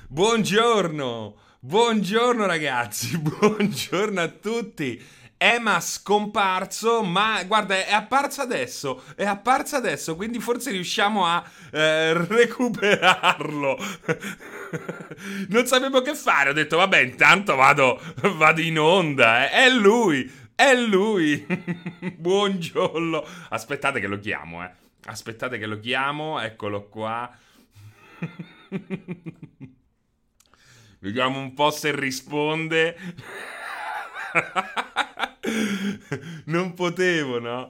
Buongiorno, buongiorno ragazzi, buongiorno a tutti. Emma scomparso, ma guarda, è apparsa adesso, quindi forse riusciamo a recuperarlo. Non sapevo che fare, ho detto vabbè, intanto vado in onda, è lui, è lui. Buongiorno. Aspettate che lo chiamo, eh. Aspettate che lo chiamo, eccolo qua. Vediamo un po' se risponde. Non potevo, no?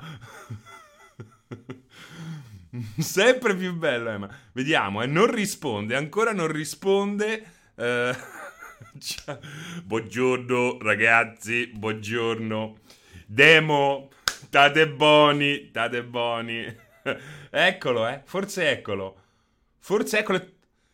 Sempre più bello, Emma. Vediamo, non risponde, ancora non risponde. Buongiorno, ragazzi, buongiorno. Demo, state buoni, state buoni. Eccolo, forse eccolo. Forse eccolo.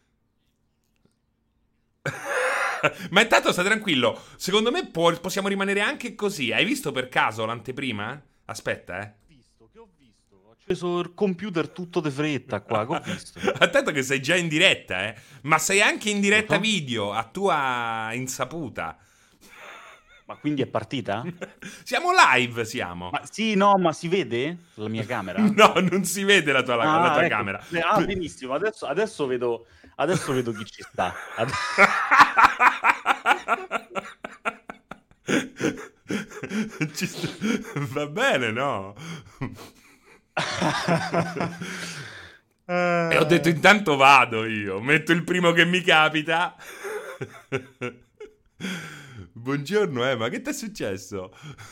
Ma intanto stai tranquillo. Secondo me possiamo rimanere anche così. Hai visto per caso l'anteprima? Aspetta, eh. Ho acceso il computer tutto de fretta qua, che ho visto. Attento che sei già in diretta, eh. Ma sei anche in Lo diretta so. video, a tua insaputa. Ma quindi è partita? Siamo live, siamo. Ma sì, no, ma si vede sulla mia camera? No, non si vede la Ah, tua ecco. camera. Ah, benissimo. Adesso vedo chi ci sta. Va bene, no? E ho detto intanto vado io, metto il primo che mi capita. Buongiorno Emma, che ti è successo?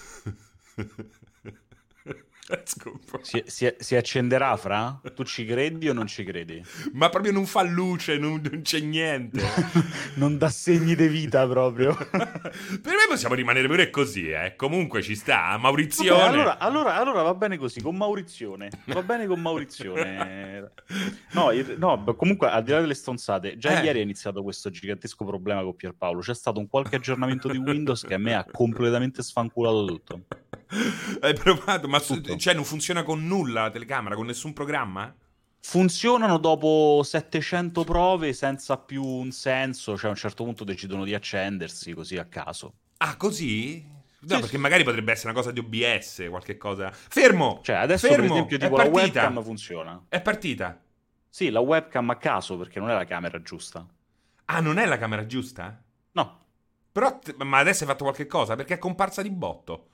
Si accenderà fra? Tu ci credi o non ci credi? Ma proprio non fa luce, non c'è niente. Non dà segni di vita proprio. Per me possiamo rimanere pure così, eh. Comunque ci sta, Vabbè, Maurizione. allora va bene così, con Maurizione. Va bene con Maurizione. No, comunque, al di là delle stronzate, già ieri è iniziato questo gigantesco problema con Pierpaolo. C'è stato un qualche aggiornamento di Windows che a me ha completamente sfanculato tutto. Hai provato? Ma Tutto. cioè non funziona con nulla la telecamera, con nessun programma? Funzionano dopo 700 prove senza più un senso, cioè a un certo punto decidono di accendersi così a caso. Ah, così? No, Sì, perché sì. magari potrebbe essere una cosa di OBS, qualche cosa. Fermo! Cioè, adesso per Fermo! esempio È tipo la webcam partita! funziona. È partita! Sì, la webcam a caso perché non è la camera giusta. Ah, non è la camera giusta? No. Però, ma adesso hai fatto qualche cosa? Perché è comparsa di botto.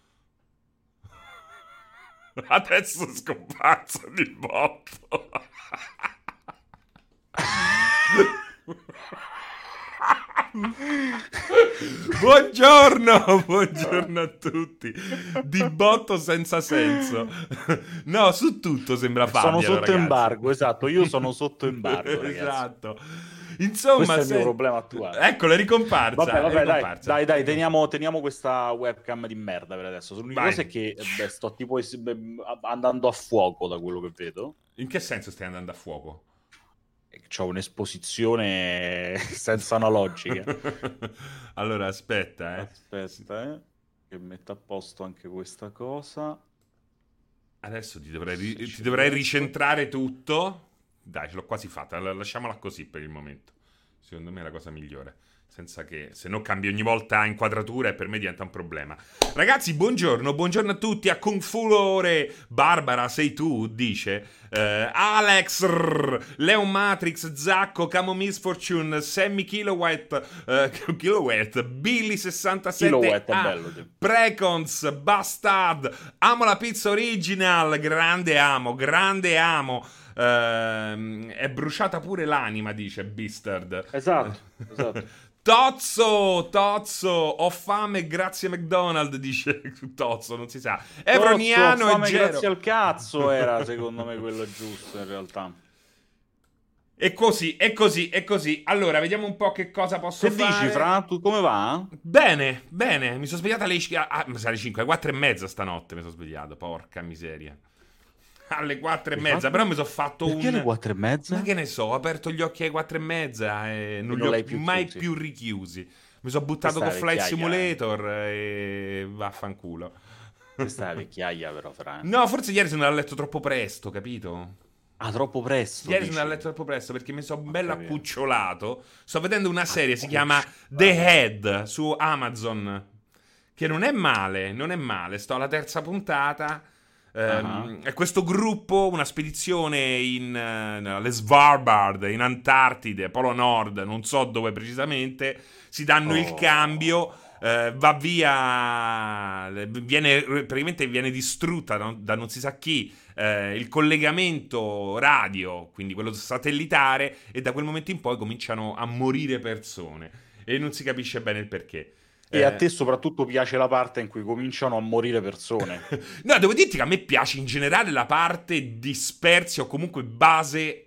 Adesso è scomparsa di botto. Buongiorno, buongiorno a tutti. Di botto senza senso. No, su tutto sembra Sono farglielo, sotto ragazzi. embargo, esatto, io sono sotto embargo, ragazzi. Esatto. Insomma, Questo è il mio problema attuale. Eccola, è ricomparsa. è Vabbè, ricomparsa. dai, teniamo questa webcam di merda per adesso. L'unica Vai. cosa è che sto tipo andando a fuoco da quello che vedo. In che senso stai andando a fuoco? C'ho un'esposizione senza analogica. Allora, aspetta, Aspetta, che metto a posto anche questa cosa. Adesso ti Se ci dovrei riesco. ricentrare tutto. Dai, ce l'ho quasi fatta. Lasciamola così per il momento. Secondo me è la cosa migliore. Senza che, se no cambio ogni volta inquadratura e per me diventa un problema. Ragazzi, buongiorno, buongiorno a tutti. A Kung Fulore, Barbara, sei tu, dice. Alex, Leo Matrix, Zacco, Camo Misfortune, Sammy Kilowatt, Billy 67, Kilowatt è bello, sì. Precons, Bastard, amo la pizza original, grande amo, grande amo. È bruciata pure l'anima, dice Bistard. Esatto. Tozzo, ho fame grazie McDonald's, dice Tozzo, non si sa. Evroniano e fame Gero. grazie al cazzo era secondo me quello giusto in realtà. E così. Allora, vediamo un po' che cosa posso Che fare. dici, Fra? Tu come va? Bene. Mi sono svegliato alle 5, alle 4:30 stanotte mi sono svegliato, porca miseria. Alle 4:30, però mi sono fatto Perché alle 4:30? Ma che ne so, ho aperto gli occhi alle 4:30 e non li non ho l'hai più mai chiusi. più richiusi. Mi sono buttato Questa con è Flight vecchiaia, Simulator e vaffanculo. Questa è la vecchiaia però, Fra. No, forse ieri sono andato a letto troppo presto, capito? Ah, troppo presto, Ieri dici? sono andato a letto troppo presto perché mi sono Ho bello capito. accucciolato. Sto vedendo una serie, si chiama The Head su Amazon, che non è male, non è male. Sto alla terza puntata. Ah, È questo gruppo, una spedizione alle Svalbard, in Antartide, Polo Nord, non so dove precisamente. Si danno il cambio. oh. Va via, praticamente viene distrutta da non si sa chi il collegamento radio, quindi quello satellitare, e da quel momento in poi cominciano a morire persone e non si capisce bene il perché. E a Eh, te soprattutto piace la parte in cui cominciano a morire persone. no, devo dirti che a me piace in generale la parte dispersi o comunque base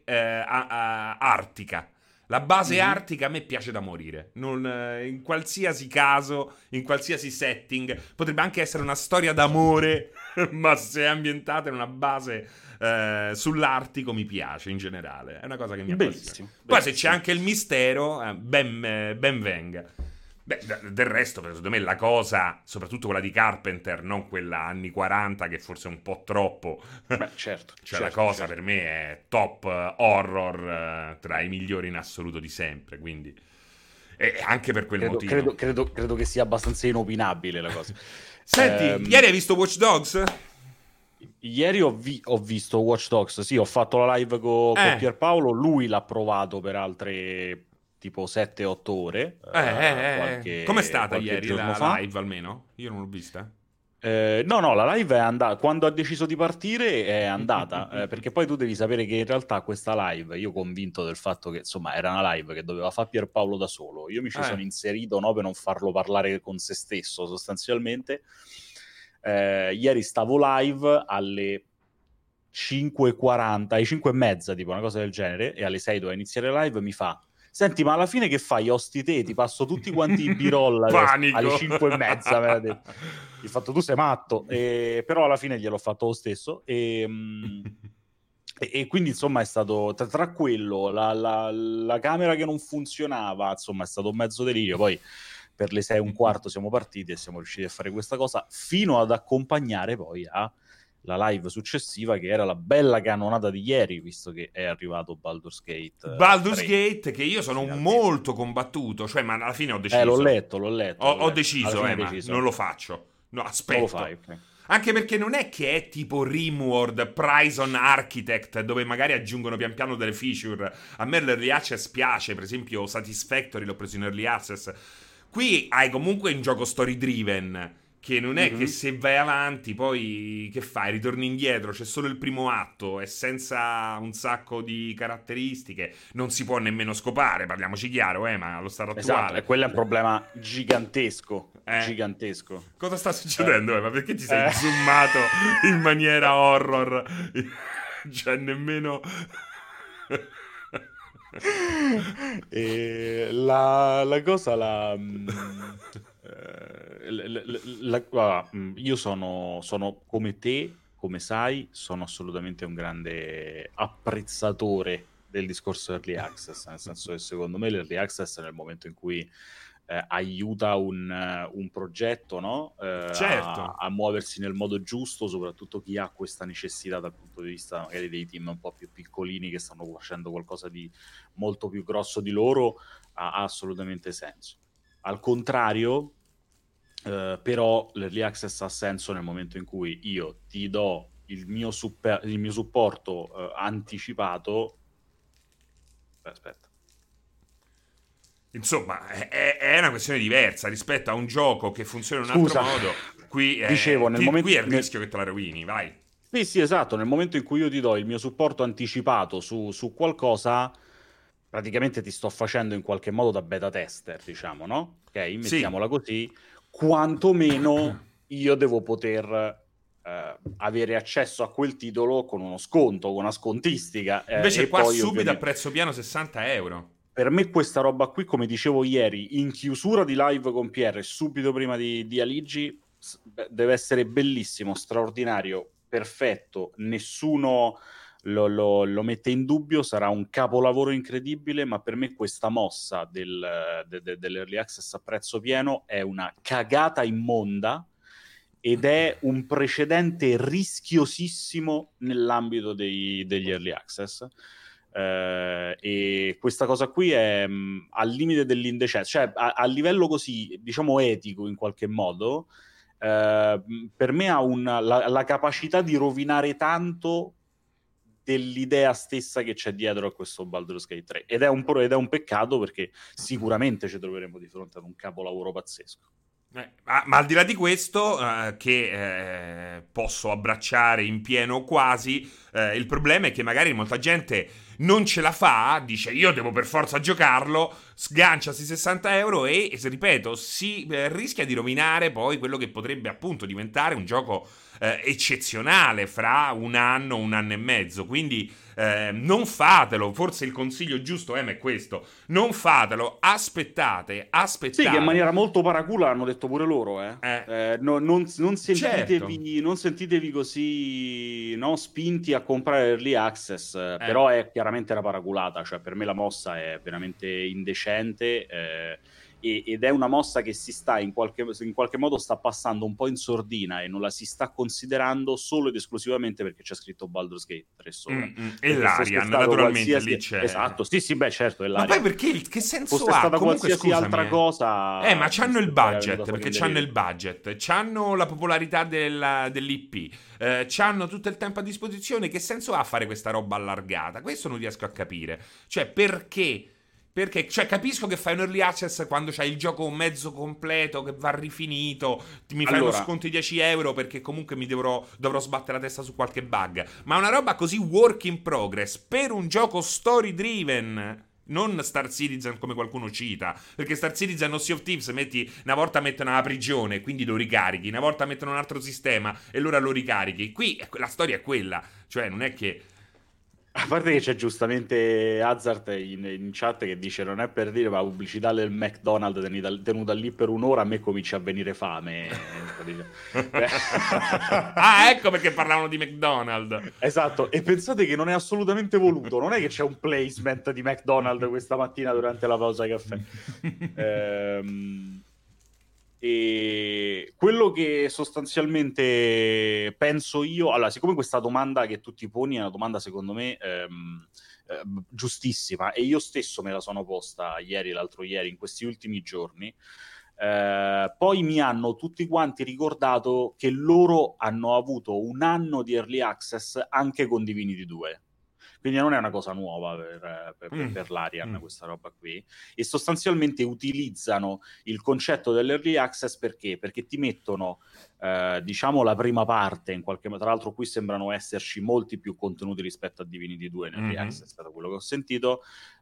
artica. La base Mhm. artica a me piace da morire. In qualsiasi caso, in qualsiasi setting, potrebbe anche essere una storia d'amore, ma se è ambientata in una base sull'Artico mi piace in generale. È una cosa che mi appassiona. Bellissimo, Poi se c'è bellissimo. anche il mistero, ben venga. Beh, del resto, secondo me, la cosa, soprattutto quella di Carpenter, non quella anni 40, che forse è un po' troppo. Beh, certo, Cioè, la certo, cosa certo. per me è top horror tra i migliori in assoluto di sempre. Quindi, e anche per quel motivo. Credo che sia abbastanza inopinabile la cosa. Senti, ieri hai visto Watch Dogs? Ieri ho visto Watch Dogs, sì, ho fatto la live con Eh, Pierpaolo, lui l'ha provato per altre tipo 7-8 ore, Com'è stata qualche ieri giorno la fa. live almeno? Io non l'ho vista. No, la live è andata. Quando ha deciso di partire è andata, perché poi tu devi sapere che in realtà questa live, io convinto del fatto che insomma era una live che doveva fare Pierpaolo da solo, io mi ci Eh, sono inserito, no, per non farlo parlare con se stesso sostanzialmente. Ieri stavo live alle 5:40, alle 5:30, tipo una cosa del genere, e alle 6 doveva iniziare la live, mi fa: Senti, ma alla fine che fai? Osti te, ti passo tutti quanti i B-roll adesso. Alle Panico. 5:30 me l'ha detto. Gli ho fatto, tu sei matto. Però alla fine gliel'ho fatto lo stesso. E quindi insomma è stato tra quello, la camera che non funzionava, insomma è stato un mezzo delirio. Poi per le 6:15 siamo partiti e siamo riusciti a fare questa cosa fino ad accompagnare poi la live successiva, che era la bella cannonata di ieri, visto che è arrivato Baldur's Gate Baldur's 3 Gate, che io sono finalmente. molto combattuto, cioè, ma alla fine ho L'ho deciso. letto, l'ho letto, Ho, l'ho ho letto. Alla deciso, fine hai ma non deciso? lo faccio. No, Non lo fai, aspetto. ok. Anche perché non è che è tipo Rimworld, Prison Architect, dove magari aggiungono pian piano delle feature. A me l'early access piace, per esempio Satisfactory l'ho preso in early access. Qui hai comunque un gioco story driven, che non è che Mhm. se vai avanti poi che fai? Ritorni indietro, c'è solo il primo atto, è senza un sacco di caratteristiche, non si può nemmeno scopare, parliamoci chiaro, ma allo stato Esatto, e attuale. quello è un problema gigantesco, Eh. gigantesco. Cosa sta Eh, succedendo? Ma perché ti sei eh. zoomato in maniera horror? Cioè, nemmeno. E la cosa, guarda, io sono come te, come sai, sono assolutamente un grande apprezzatore del discorso early access, nel senso che secondo me l'early access nel momento in cui aiuta un progetto, no? Certo. A muoversi nel modo giusto, soprattutto chi ha questa necessità dal punto di vista magari dei team un po' più piccolini che stanno facendo qualcosa di molto più grosso di loro, ha assolutamente senso. Al contrario, però l'early access ha senso nel momento in cui io ti do il mio supporto anticipato. Aspetta. Insomma, è una questione diversa rispetto a un gioco che funziona in un altro Scusa, modo. Qui dicevo, è, qui è il rischio che te la rovini, vai. sì, sì, esatto. Nel momento in cui io ti do il mio supporto anticipato su qualcosa, praticamente ti sto facendo in qualche modo da beta tester, diciamo, no? Ok, Sì. mettiamola così. Quantomeno io devo poter avere accesso a quel titolo con uno sconto, con una scontistica. Invece E qua poi, subito a ovviamente, prezzo piano 60 euro. per me questa roba qui, come dicevo ieri, in chiusura di live con PR, subito prima di Aligi, deve essere bellissimo, straordinario, perfetto, nessuno lo mette in dubbio, sarà un capolavoro incredibile, ma per me questa mossa dell'Early Access a prezzo pieno è una cagata immonda ed è un precedente rischiosissimo nell'ambito degli early access. E questa cosa qui è al limite dell'indecenza, cioè a livello così, diciamo, etico in qualche modo, per me ha la capacità di rovinare tanto dell'idea stessa che c'è dietro a questo Baldur's Gate 3, ed è un peccato, perché sicuramente ci troveremo di fronte ad un capolavoro pazzesco. Ma al di là di questo, che posso abbracciare in pieno quasi, il problema è che magari molta gente non ce la fa, dice io devo per forza giocarlo, sganciasi 60 euro e ripeto, si rischia di rovinare poi quello che potrebbe appunto diventare un gioco eccezionale fra un anno e mezzo. Quindi non fatelo, forse il consiglio giusto è questo, non fatelo, aspettate. Sì, che in maniera molto paracula hanno detto pure loro, non certo. sentitevi così, no, spinti a comprare early access, però è chiaramente una paraculata, cioè per me la mossa è veramente indecente, ed è una mossa che si sta in qualche modo sta passando un po' in sordina, e non la si sta considerando solo ed esclusivamente perché c'è scritto Baldur's Gate 3 sopra. E l'Arian, naturalmente, lì c'è. Esatto, sì, beh, certo, è l'Arian. Ma poi perché, che senso fosse ha? stata Comunque, qualsiasi altra cosa... ma c'hanno il budget, perché c'hanno il budget, c'hanno la popolarità dell'IP, c'hanno tutto il tempo a disposizione. Che senso ha fare questa roba allargata? Questo non riesco a capire. Cioè, perché? Perché, cioè, capisco che fai un early access quando c'hai il gioco mezzo completo, che va rifinito, mi fai uno sconto di 10 euro perché comunque dovrò sbattere la testa su qualche bug. Ma una roba così work in progress per un gioco story driven, non Star Citizen come qualcuno cita, perché Star Citizen o Sea of Thieves una volta mettono la prigione, quindi lo ricarichi, una volta mettono un altro sistema e allora lo ricarichi. Qui la storia è quella, cioè non è che... A parte che c'è giustamente Hazard in chat che dice non è per dire, ma la pubblicità del McDonald's tenuta lì per un'ora a me comincia a venire fame. Ecco perché parlavano di McDonald's. Esatto, e pensate che non è assolutamente voluto, non è che c'è un placement di McDonald's questa mattina durante la pausa caffè. E quello che sostanzialmente penso io, allora, siccome questa domanda che tu ti poni è una domanda secondo me giustissima, e io stesso me la sono posta l'altro ieri, in questi ultimi giorni, poi mi hanno tutti quanti ricordato che loro hanno avuto un anno di early access anche con Divinity 2. Quindi non è una cosa nuova per l'Arian, questa roba qui. E sostanzialmente utilizzano il concetto dell'early access perché ti mettono, diciamo, la prima parte, in qualche modo. Tra l'altro qui sembrano esserci molti più contenuti rispetto a Divinity 2 in early access, da quello che ho sentito.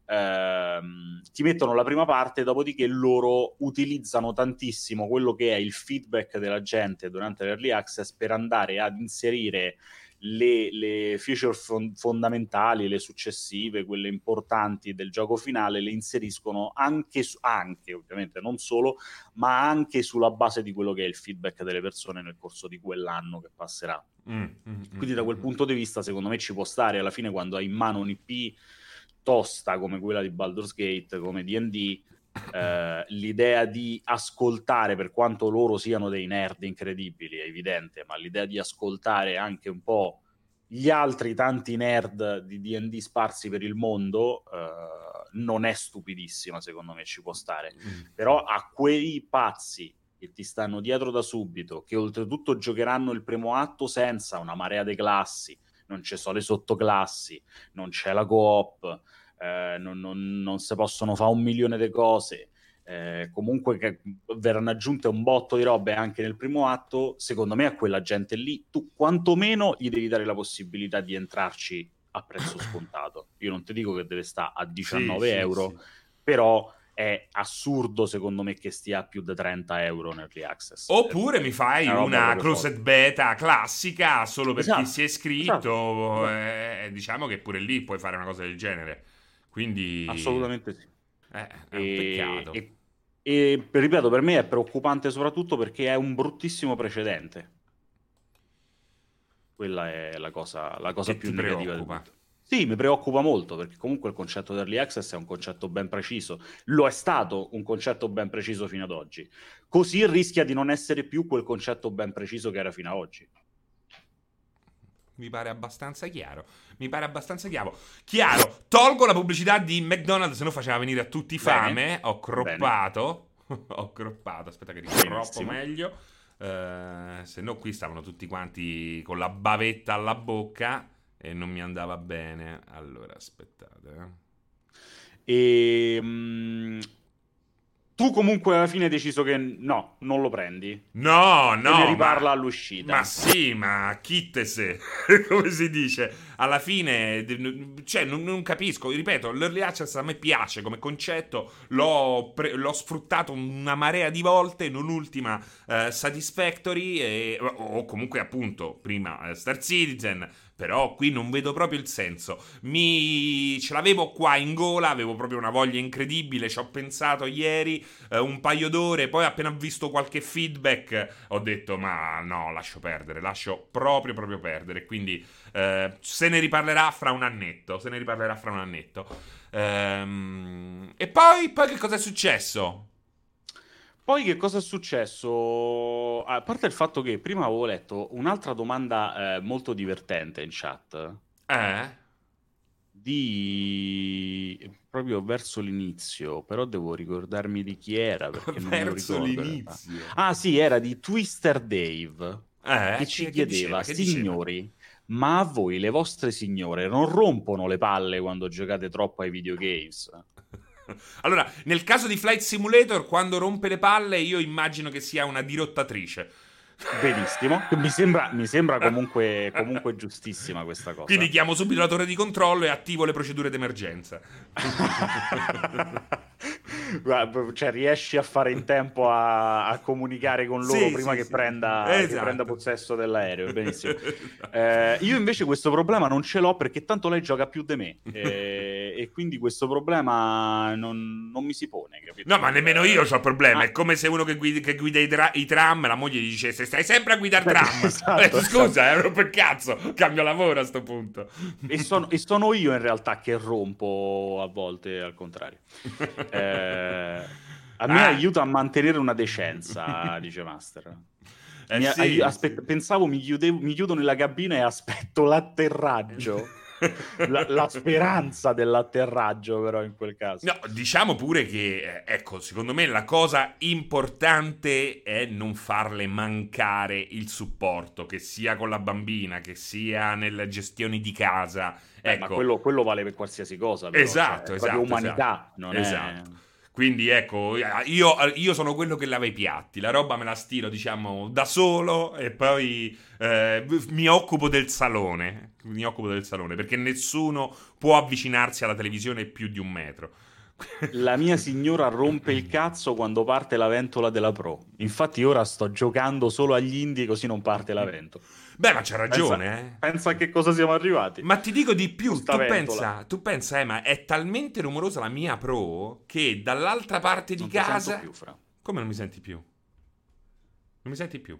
Ti mettono la prima parte, dopodiché loro utilizzano tantissimo quello che è il feedback della gente durante l'early access per andare ad inserire le feature fondamentali, le successive, quelle importanti del gioco finale, le inseriscono anche ovviamente non solo, ma anche sulla base di quello che è il feedback delle persone nel corso di quell'anno che passerà. Quindi da quel punto di vista secondo me ci può stare. Alla fine, quando hai in mano un IP tosta come quella di Baldur's Gate, come D&D, l'idea di ascoltare, per quanto loro siano dei nerd incredibili, è evidente, ma l'idea di ascoltare anche un po' gli altri tanti nerd di D&D sparsi per il mondo non è stupidissima, secondo me ci può stare. Però a quei pazzi che ti stanno dietro da subito, che oltretutto giocheranno il primo atto senza una marea di classi, non ci sono le sottoclassi, non c'è la co-op, non si possono fare 1 milione di cose, comunque che verranno aggiunte un botto di robe anche nel primo atto. Secondo me a quella gente lì tu quantomeno gli devi dare la possibilità di entrarci a prezzo scontato. Io non ti dico che deve stare a 19 euro, però è assurdo secondo me che stia a più di 30 euro nell'early access. Oppure mi fai una closed beta classica solo per chi si è iscritto. Diciamo che pure lì puoi fare una cosa del genere. Quindi assolutamente sì. È un peccato. E ripeto, per me è preoccupante soprattutto perché è un bruttissimo precedente. Quella è la cosa più negativa. Sì, mi preoccupa molto perché comunque il concetto di early access è un concetto ben preciso. Lo è stato un concetto ben preciso fino ad oggi. Così rischia di non essere più quel concetto ben preciso che era fino ad oggi. Mi pare abbastanza chiaro. Mi pare abbastanza chiaro. Chiaro, tolgo la pubblicità di McDonald's, se no faceva venire a tutti fame. Ho croppato. Ho croppato. Aspetta che ricroppo Benissimo. meglio. Se no qui stavano tutti quanti con la bavetta alla bocca e non mi andava bene. Allora, aspettate. Tu comunque alla fine hai deciso che no, non lo prendi. No, Se ne no, riparla ma all'uscita. sì, ma chittese, come si dice? Alla fine, cioè, non capisco. Ripeto, l'early access a me piace come concetto. L'ho sfruttato una marea di volte, non ultima Satisfactory, o comunque appunto prima Star Citizen. Però qui non vedo proprio il senso. Ce l'avevo qua in gola, avevo proprio una voglia incredibile. Ci ho pensato ieri un paio d'ore. Poi, appena ho visto qualche feedback, ho detto: ma no, lascio perdere, lascio proprio perdere. Quindi se ne riparlerà fra un annetto. E poi che cosa è successo? Poi che cosa è successo? A parte il fatto che prima avevo letto un'altra domanda molto divertente in chat, Eh? proprio verso l'inizio, però devo ricordarmi di chi era perché non me lo Verso ricordo in realtà. l'inizio. Ah sì, era di Twister Dave, che ci Che chiedeva: diceva? Che diceva? signori, ma a voi le vostre signore non rompono le palle quando giocate troppo ai videogames? Allora, nel caso di Flight Simulator, quando rompe le palle, io immagino che sia una dirottatrice. Benissimo, mi sembra comunque giustissima questa Quindi cosa. chiamo subito la torre di controllo e attivo le procedure d'emergenza. Cioè, riesci a fare in tempo a comunicare con loro Sì, prima sì, che sì. prenda Esatto. possesso dell'aereo. Benissimo. Io invece questo problema non ce l'ho perché tanto lei gioca più di me e quindi questo problema non mi si pone, capito? No, ma nemmeno io ho il problema. Ah. È come se uno che guida i tram, la moglie gli dice: se stai sempre a guidare tram. Esatto, Scusa, per cazzo, cambio lavoro a sto punto. E sono io in realtà che rompo a volte al contrario. A me aiuta a mantenere una decenza, dice Master. Sì. Pensavo mi chiudo nella cabina e aspetto l'atterraggio. La speranza dell'atterraggio, però, in quel caso. No, diciamo pure che, ecco, secondo me la cosa importante è non farle mancare il supporto, che sia con la bambina, che sia nelle gestioni di casa. Ma Ecco. quello vale per qualsiasi cosa, però. Esatto, Cioè, è proprio umanità, non esatto. è... Quindi ecco, io sono quello che lava i piatti, la roba me la stiro, diciamo, da solo e poi mi occupo del salone, perché nessuno può avvicinarsi alla televisione più di 1 metro. La mia signora rompe il cazzo quando parte la ventola della Pro. Infatti ora sto giocando solo agli indie così non parte la ventola. Beh, ma c'ha ragione, Pensa a che cosa siamo arrivati. Ma ti dico di più, Sta ventola. tu pensa, ma è talmente rumorosa la mia Pro che dall'altra parte di Non ti casa... sento più, Fra. Come non mi senti più? Non mi senti più?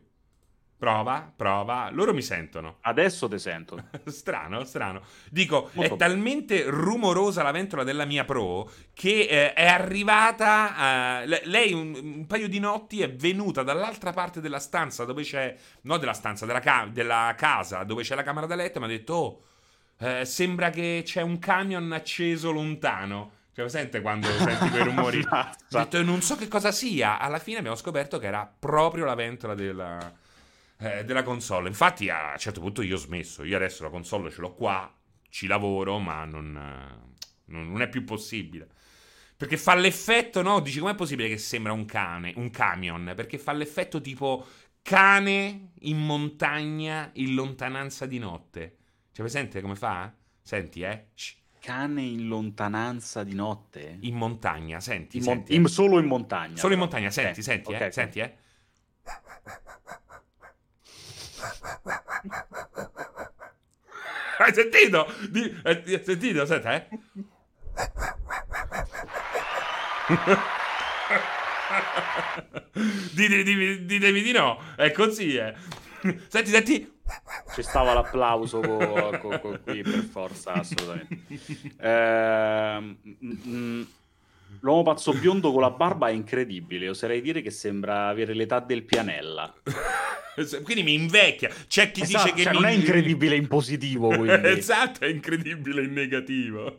Prova. Loro mi sentono. Adesso te sento. Strano. Dico, Molto è talmente rumorosa la ventola della mia Pro che è arrivata. Lei un paio di notti è venuta dall'altra parte della stanza dove c'è. No, della stanza, della casa dove c'è la camera da letto. E mi ha detto: oh, sembra che c'è un camion acceso lontano. Cioè, sente quando senti quei rumori? Ho detto, non so che cosa sia. Alla fine abbiamo scoperto che era proprio la ventola della console. Infatti, a un certo punto io ho smesso. Io adesso la console ce l'ho qua, ci lavoro, ma non è più possibile. Perché fa l'effetto, no? Dici, com'è possibile che sembra un camion? Perché fa l'effetto tipo cane in montagna in lontananza di notte. Cioè, presente come fa? Senti, Shh. Cane in lontananza di notte? In montagna, senti. Solo in montagna. Solo in però. montagna, senti, Okay. senti. Hai sentito? Hai sentito? Senta, Ditemi di no, è così, Senti. Ci stava l'applauso qui per forza, assolutamente. L'uomo pazzo biondo con la barba è incredibile. Oserei dire che sembra avere l'età del Pianella. Quindi mi invecchia. C'è chi Esatto, dice che cioè, non è incredibile in positivo, quindi. Esatto, è incredibile in negativo.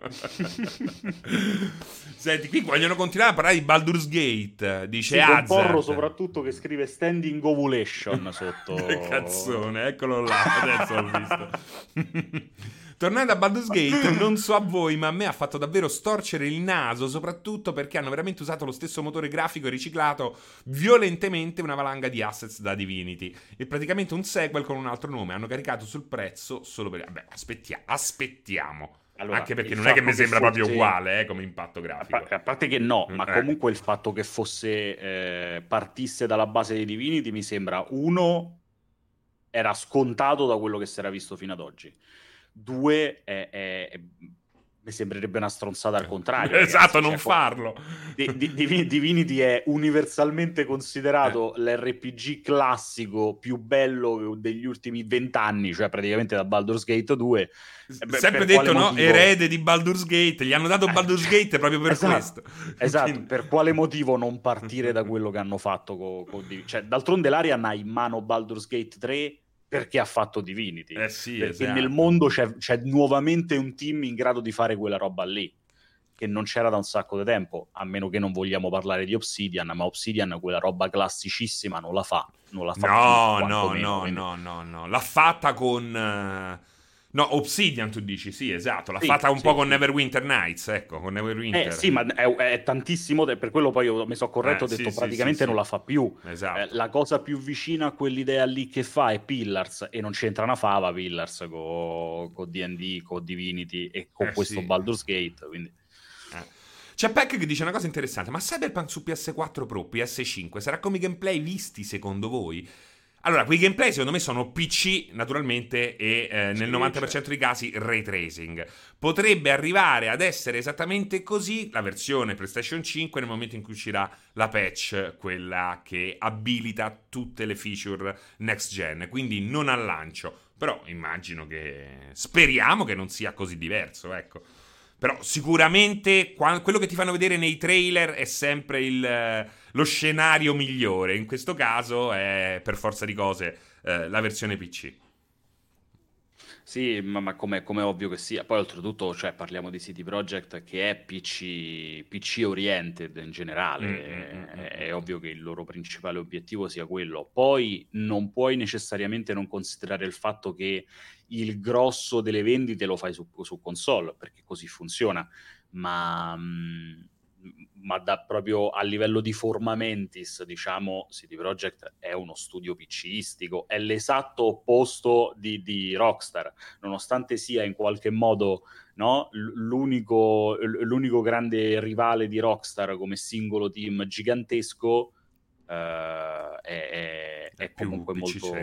Senti, qui vogliono continuare a parlare di Baldur's Gate. Dice Sì, con Porro Hazard. soprattutto che scrive standing ovulation sotto. Che cazzone, eccolo là, adesso l'ho visto. Tornando a Baldur's Gate, non so a voi, ma a me ha fatto davvero storcere il naso, soprattutto perché hanno veramente usato lo stesso motore grafico e riciclato violentemente una valanga di assets da Divinity. E praticamente un sequel con un altro nome. Hanno caricato sul prezzo solo per... Vabbè, aspettiamo. Allora, anche perché il non è che mi fatto sembra fosse- proprio uguale come impatto grafico. A parte che no, ma comunque il fatto che fosse partisse dalla base dei Divinity mi sembra, uno, era scontato da quello che si era visto fino ad oggi. Due, mi sembrerebbe una stronzata al contrario. Esatto, ragazzi. non farlo. Divinity è universalmente considerato l'RPG classico più bello degli ultimi 20 anni, cioè praticamente da Baldur's Gate 2. Sempre detto, no? Erede di Baldur's Gate. Gli hanno dato Baldur's Gate proprio per questo. Esatto, Quindi... per quale motivo non partire da quello che hanno fatto cioè, d'altronde l'Arian ha in mano Baldur's Gate 3 perché ha fatto Divinity. Sì, perché esatto. nel mondo c'è nuovamente un team in grado di fare quella roba lì, che non c'era da un sacco di tempo, a meno che non vogliamo parlare di Obsidian, ma Obsidian quella roba classicissima non la fa più, no, l'ha fatta con no, Obsidian tu dici, sì, esatto, l'ha fatta un po' con Neverwinter Nights, ecco, con Neverwinter. Sì, ma è tantissimo, per quello poi io mi sono corretto, ho detto praticamente non la fa più. Esatto. La cosa più vicina a quell'idea lì che fa è Pillars, e non c'entra una fava Pillars con D&D, con Divinity e con questo Baldur's Gate, quindi... C'è Peck che dice una cosa interessante, ma Cyberpunk su PS4 Pro, PS5 sarà come i gameplay visti secondo voi? Allora, quei gameplay secondo me sono PC naturalmente e nel 90% dei casi ray tracing. Potrebbe arrivare ad essere esattamente così la versione PlayStation 5 nel momento in cui uscirà la patch, quella che abilita tutte le feature next gen, quindi non al lancio. Però immagino speriamo che non sia così diverso, ecco. Però sicuramente quello che ti fanno vedere nei trailer è sempre lo scenario migliore. In questo caso è per forza di cose la versione PC. Sì, ma come ovvio che sia. Poi oltretutto, cioè, parliamo di CD Projekt che è PC oriented in generale. È ovvio che il loro principale obiettivo sia quello. Poi non puoi necessariamente non considerare il fatto che il grosso delle vendite lo fai su console, perché così funziona. Ma proprio a livello di forma mentis, diciamo, CD Projekt è uno studio PCistico, è l'esatto opposto di Rockstar, nonostante sia in qualche modo, no, l'unico grande rivale di Rockstar come singolo team gigantesco. È comunque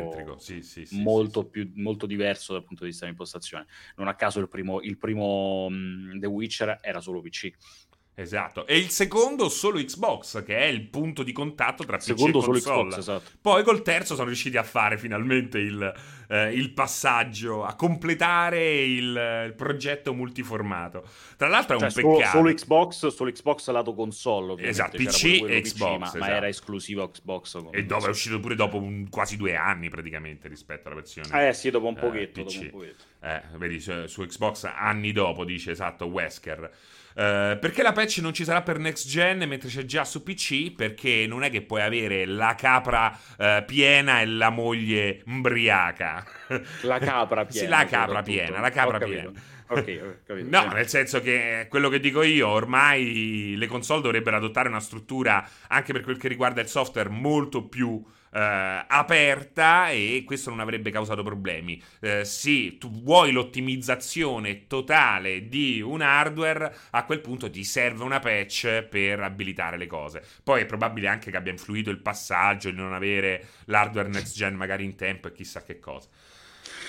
molto diverso dal punto di vista dell'impostazione. Non a caso il primo The Witcher era solo PC. Esatto, e il secondo solo Xbox, che è il punto di contatto tra PC e console. Solo Xbox, esatto. Poi col terzo sono riusciti a fare finalmente il passaggio, a completare il progetto multiformato. Tra l'altro è un peccato. Solo Xbox lato console, ovviamente. Esatto, PC e Xbox. Ma era esclusivo Xbox. E dove è uscito pure dopo quasi 2 anni praticamente rispetto alla versione. Sì, dopo un pochetto. Vedi, su Xbox anni dopo, dice esatto Wesker. Perché la patch non ci sarà per next gen mentre c'è già su PC? Perché non è che puoi avere la capra piena e la moglie ubriaca. La capra piena. Sì, la capra piena. Ok, capito. No, nel senso che quello che dico io, ormai le console dovrebbero adottare una struttura, anche per quel che riguarda il software, molto più aperta, e questo non avrebbe causato problemi. Sì, tu vuoi l'ottimizzazione totale di un hardware, a quel punto ti serve una patch per abilitare le cose. Poi è probabile anche che abbia influito il passaggio, il non avere l'hardware next gen magari in tempo e chissà che cosa.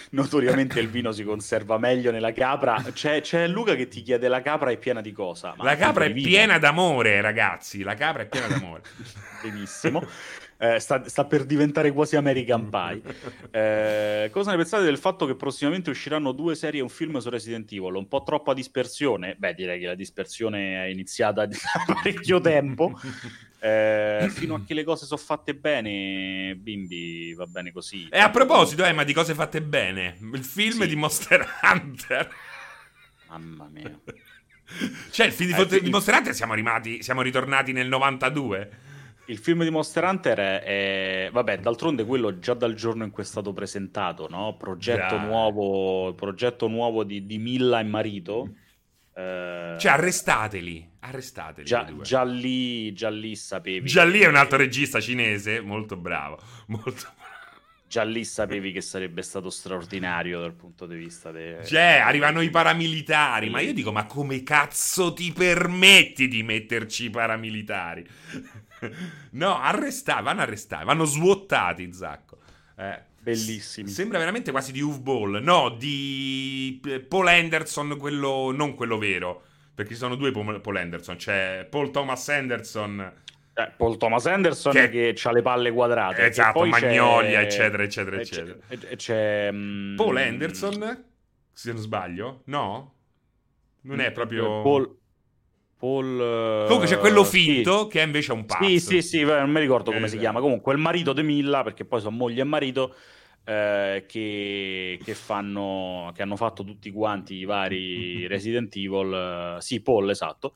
notoriamente il vino si conserva meglio nella capra. C'è Luca che ti chiede: la capra è piena di cosa? La capra è piena d'amore, ragazzi. La capra è piena d'amore. Benissimo. Sta per diventare quasi American Pie. Cosa ne pensate del fatto che prossimamente usciranno 2 serie e un film su Resident Evil? Un po' troppa dispersione? Beh, direi che la dispersione è iniziata da parecchio tempo. Fino a che le cose sono fatte bene, bimbi, va bene così. E a proposito, ma di cose fatte bene, il film di Monster Hunter. Mamma mia. Cioè, il film di Monster Hunter siamo ritornati nel 92. Il film di Monster Hunter è... Vabbè, d'altronde quello già dal giorno in cui è stato presentato, no? Progetto nuovo di Milla e marito. Cioè, arrestateli. Già lì sapevi. Già lì è un altro regista cinese, molto bravo. Già lì sapevi che sarebbe stato straordinario dal punto di vista Cioè, arrivano i paramilitari. Ma io dico, ma come cazzo ti permetti di metterci i paramilitari? No, vanno svuotati, Zacco. Bellissimi. Sembra veramente quasi di Ball. No, di Paul Anderson, quello, non quello vero. Perché ci sono 2 Paul Anderson. C'è Paul Thomas Anderson. Paul Thomas Anderson che ha le palle quadrate. Esatto, poi Magnolia, eccetera. C'è Paul Anderson, se non sbaglio. No? Non è proprio... Comunque c'è quello finto che è invece un pazzo. Sì, non mi ricordo come si chiama. Comunque il marito di Milla, perché poi sono moglie e marito, che hanno fatto tutti quanti i vari Resident Evil. Sì, Paul, esatto.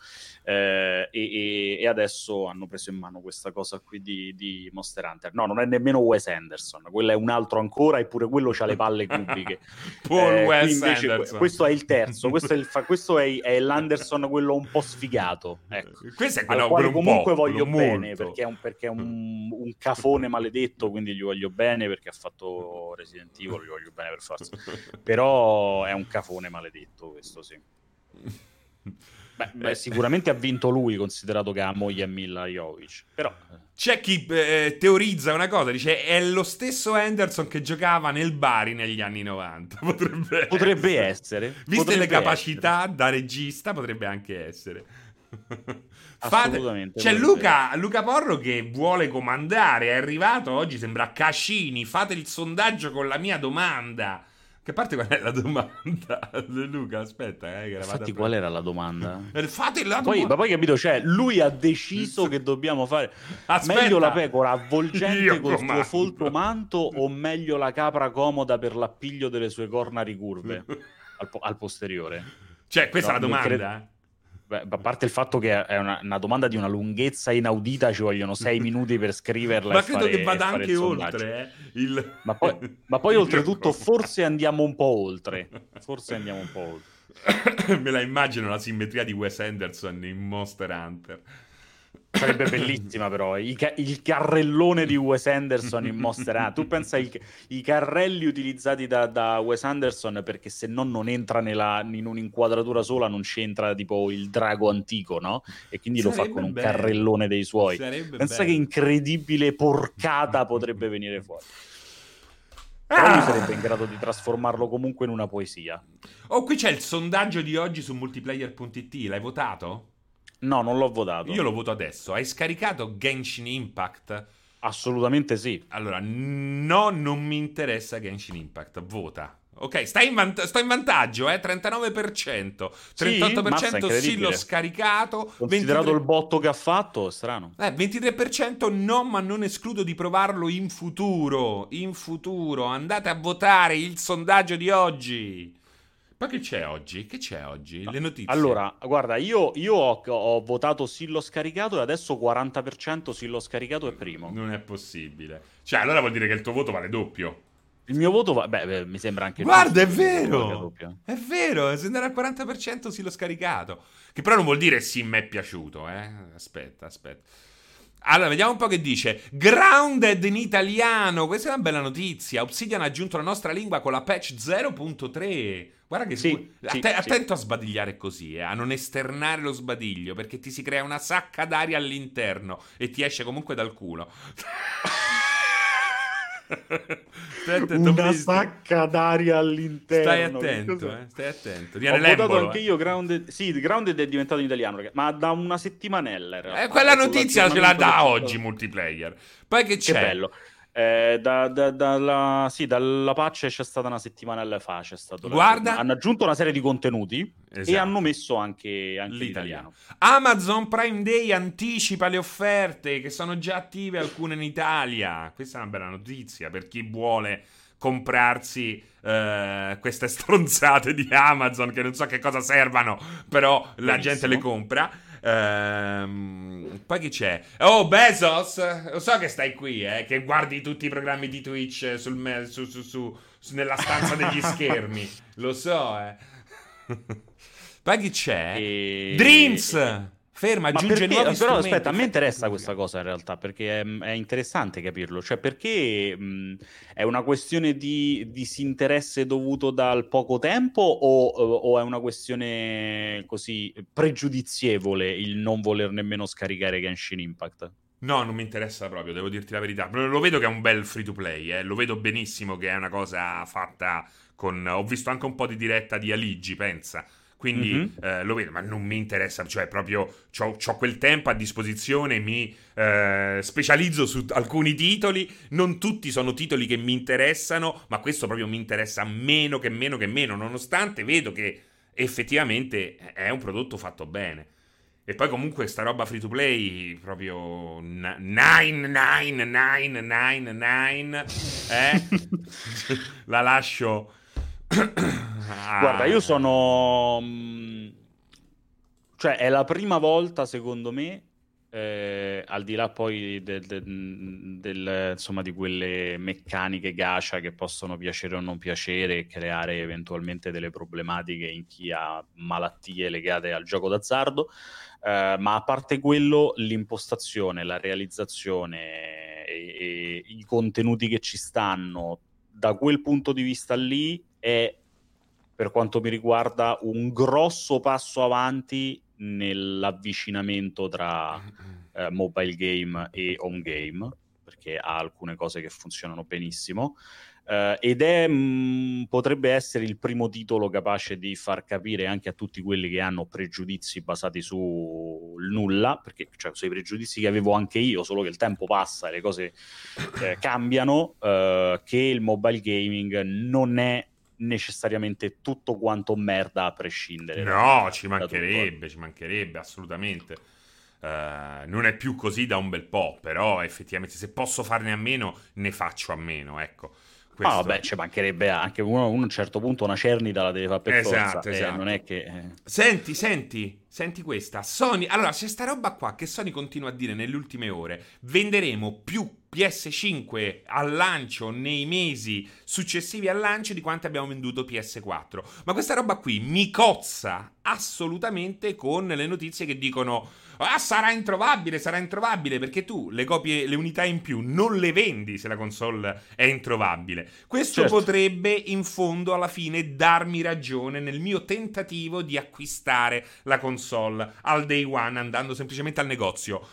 E adesso hanno preso in mano questa cosa qui di Monster Hunter. No, non è nemmeno Wes Anderson, quello è un altro ancora, eppure quello c'ha le palle cubiche. Paul Wes Anderson. Questo è il terzo, questo è l'Anderson, quello un po' sfigato, ecco. Questo è quello comunque voglio bene, perché è un cafone maledetto, quindi gli voglio bene perché ha fatto Resident Evil, gli voglio bene per forza. Però è un cafone maledetto, questo sì. Beh, sicuramente ha vinto lui, considerato che ha moglie Milla Jovovich. Però c'è chi teorizza una cosa, dice è lo stesso Anderson che giocava nel Bari negli anni 90. Potrebbe essere. Viste le capacità da regista, potrebbe anche essere. Assolutamente. C'è Luca Porro che vuole comandare, è arrivato oggi, sembra Cascini, fate il sondaggio con la mia domanda. Che parte qual è la domanda? Luca, aspetta, che infatti qual era la domanda? Fate la domanda. Ma poi capito, cioè, lui ha deciso che dobbiamo fare meglio la pecora avvolgente col suo folto manto o meglio la capra comoda per l'appiglio delle sue corna ricurve al posteriore? Cioè, questa è la domanda? Beh, a parte il fatto che è una domanda di una lunghezza inaudita, ci vogliono 6 minuti per scriverla. Ma credo che vada anche oltre. Ma poi oltretutto forse andiamo un po' oltre. Me la immagino la simmetria di Wes Anderson in Monster Hunter. Sarebbe bellissima, però il carrellone di Wes Anderson in Monster Hunter. Tu pensa i carrelli utilizzati da Wes Anderson, perché se no non entra in un'inquadratura sola, non c'entra tipo il drago antico, no? E quindi lo fa con un carrellone dei suoi. Pensa che incredibile porcata potrebbe venire fuori. Però lui sarebbe in grado di trasformarlo comunque in una poesia. Oh, qui c'è il sondaggio di oggi su multiplayer.it. L'hai votato? No, non l'ho votato. Io lo voto adesso. Hai scaricato Genshin Impact? Assolutamente sì. Allora, no, non mi interessa Genshin Impact. Vota. Ok, sto in vantaggio, 39%. 38% sì, l'ho scaricato. Considerato 23... il botto che ha fatto, è strano. 23% no, ma non escludo di provarlo in futuro. In futuro. Andate a votare il sondaggio di oggi. Ma che c'è oggi? Le notizie. Allora, guarda, io ho votato sì l'ho scaricato e adesso 40% sì l'ho scaricato è primo. Non è possibile. Cioè, allora vuol dire che il tuo voto vale doppio. Il mio voto mi sembra anche... Guarda, è vero! È vero, se andare al 40% sì l'ho scaricato. Che però non vuol dire sì, mi è piaciuto, Aspetta. Allora, vediamo un po' che dice. Grounded in italiano. Questa è una bella notizia. Obsidian ha aggiunto la nostra lingua con la patch 0.3. Guarda che attento a sbadigliare così, a non esternare lo sbadiglio, perché ti si crea una sacca d'aria all'interno e ti esce comunque dal culo. Una sacca d'aria all'interno. Stai attento. Ho votato anche io Grounded. Sì, Grounded è diventato in italiano, ma da una settimanella in realtà. Quella notizia ce l'ha da oggi multiplayer. Poi che c'è? Che bello. Dalla patch c'è stata una settimanella fa. Guarda, hanno aggiunto una serie di contenuti, esatto, e hanno messo anche l'italiano. Amazon Prime Day anticipa le offerte che sono già attive, alcune in Italia. Questa è una bella notizia per chi vuole comprarsi queste stronzate di Amazon che non so che cosa servano, però la gente le compra. Poi chi c'è? Oh, Bezos, lo so che stai qui, che guardi tutti i programmi di Twitch nella stanza degli schermi, lo so, Poi chi c'è? Dreams ferma, aggiunge nuovi strumenti. Però aspetta, a me interessa questa cosa in realtà, perché è interessante capirlo. Cioè, perché è una questione di disinteresse dovuto dal poco tempo o è una questione così pregiudizievole il non voler nemmeno scaricare Genshin Impact? No, non mi interessa proprio, devo dirti la verità. Lo vedo che è un bel free to play, lo vedo benissimo che è una cosa fatta con... Ho visto anche un po' di diretta di Aligi, pensa. Quindi lo vedo, ma non mi interessa, cioè proprio c'ho quel tempo a disposizione, mi specializzo su alcuni titoli, non tutti sono titoli che mi interessano, ma questo proprio mi interessa meno, nonostante vedo che effettivamente è un prodotto fatto bene. E poi comunque sta roba free to play proprio 9 la lascio. Guarda, io sono... Cioè, è la prima volta, secondo me, al di là poi insomma, di quelle meccaniche gacha che possono piacere o non piacere e creare eventualmente delle problematiche in chi ha malattie legate al gioco d'azzardo, ma a parte quello, l'impostazione, la realizzazione e i contenuti che ci stanno, da quel punto di vista lì, è, per quanto mi riguarda, un grosso passo avanti nell'avvicinamento tra mobile game e home game, perché ha alcune cose che funzionano benissimo, ed è potrebbe essere il primo titolo capace di far capire anche a tutti quelli che hanno pregiudizi basati sul nulla, perché cioè, sono i pregiudizi che avevo anche io, solo che il tempo passa e le cose cambiano, che il mobile gaming non è necessariamente tutto quanto merda a prescindere. No, ci mancherebbe assolutamente. Non è più così da un bel po', però effettivamente se posso farne a meno ne faccio a meno, ecco. Questo... vabbè, ci mancherebbe anche uno a un certo punto una cernita la deve fare per forza. Esatto. Non è che... Senti questa. Sony, allora c'è sta roba qua che Sony continua a dire nelle ultime ore: venderemo più PS5 al lancio nei mesi successivi al lancio di quanto abbiamo venduto PS4. Ma questa roba qui mi cozza assolutamente con le notizie che dicono sarà introvabile, perché tu le copie, le unità in più non le vendi se la console è introvabile. Questo potrebbe in fondo alla fine darmi ragione nel mio tentativo di acquistare la console al day one andando semplicemente al negozio.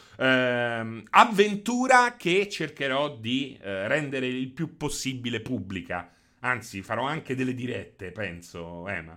Avventura che cercherò di rendere il più possibile pubblica. Anzi, farò anche delle dirette, penso, Ema.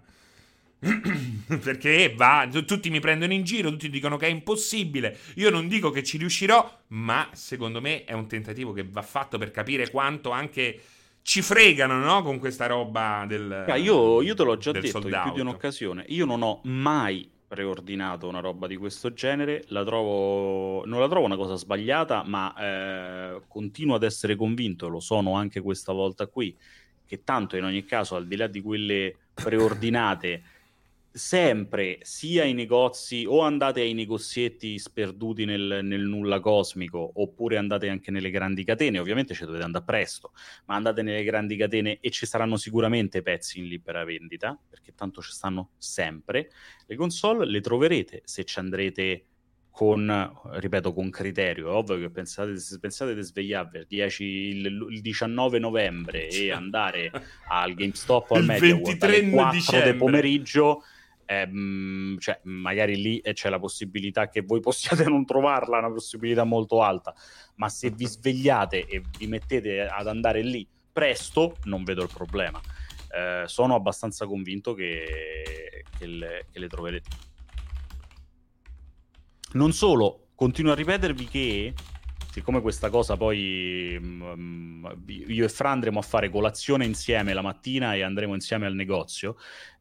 Perché tutti mi prendono in giro, tutti dicono che è impossibile. Io non dico che ci riuscirò, ma secondo me è un tentativo che va fatto per capire quanto anche ci fregano, no? Con questa roba del io te l'ho già detto in più di un'occasione. Io non ho mai preordinato una roba di questo genere, non la trovo una cosa sbagliata, ma continuo ad essere convinto, lo sono anche questa volta qui, che tanto in ogni caso, al di là di quelle preordinate, sempre sia i negozi, o andate ai negozietti sperduti nel nulla cosmico, oppure andate anche nelle grandi catene, ovviamente ci dovete andare presto, ma andate nelle grandi catene e ci saranno sicuramente pezzi in libera vendita, perché tanto ci stanno sempre. Le console le troverete se ci andrete con criterio. È ovvio che se pensate di svegliarvi il 19 novembre e andare al GameStop o al MediaWorld alle 4 del pomeriggio, cioè, magari lì c'è la possibilità che voi possiate non trovarla, una possibilità molto alta, ma se vi svegliate e vi mettete ad andare lì presto, non vedo il problema. Sono abbastanza convinto che le troverete. Non solo, continuo a ripetervi che, siccome questa cosa poi io e Fra andremo a fare colazione insieme la mattina e andremo insieme al negozio,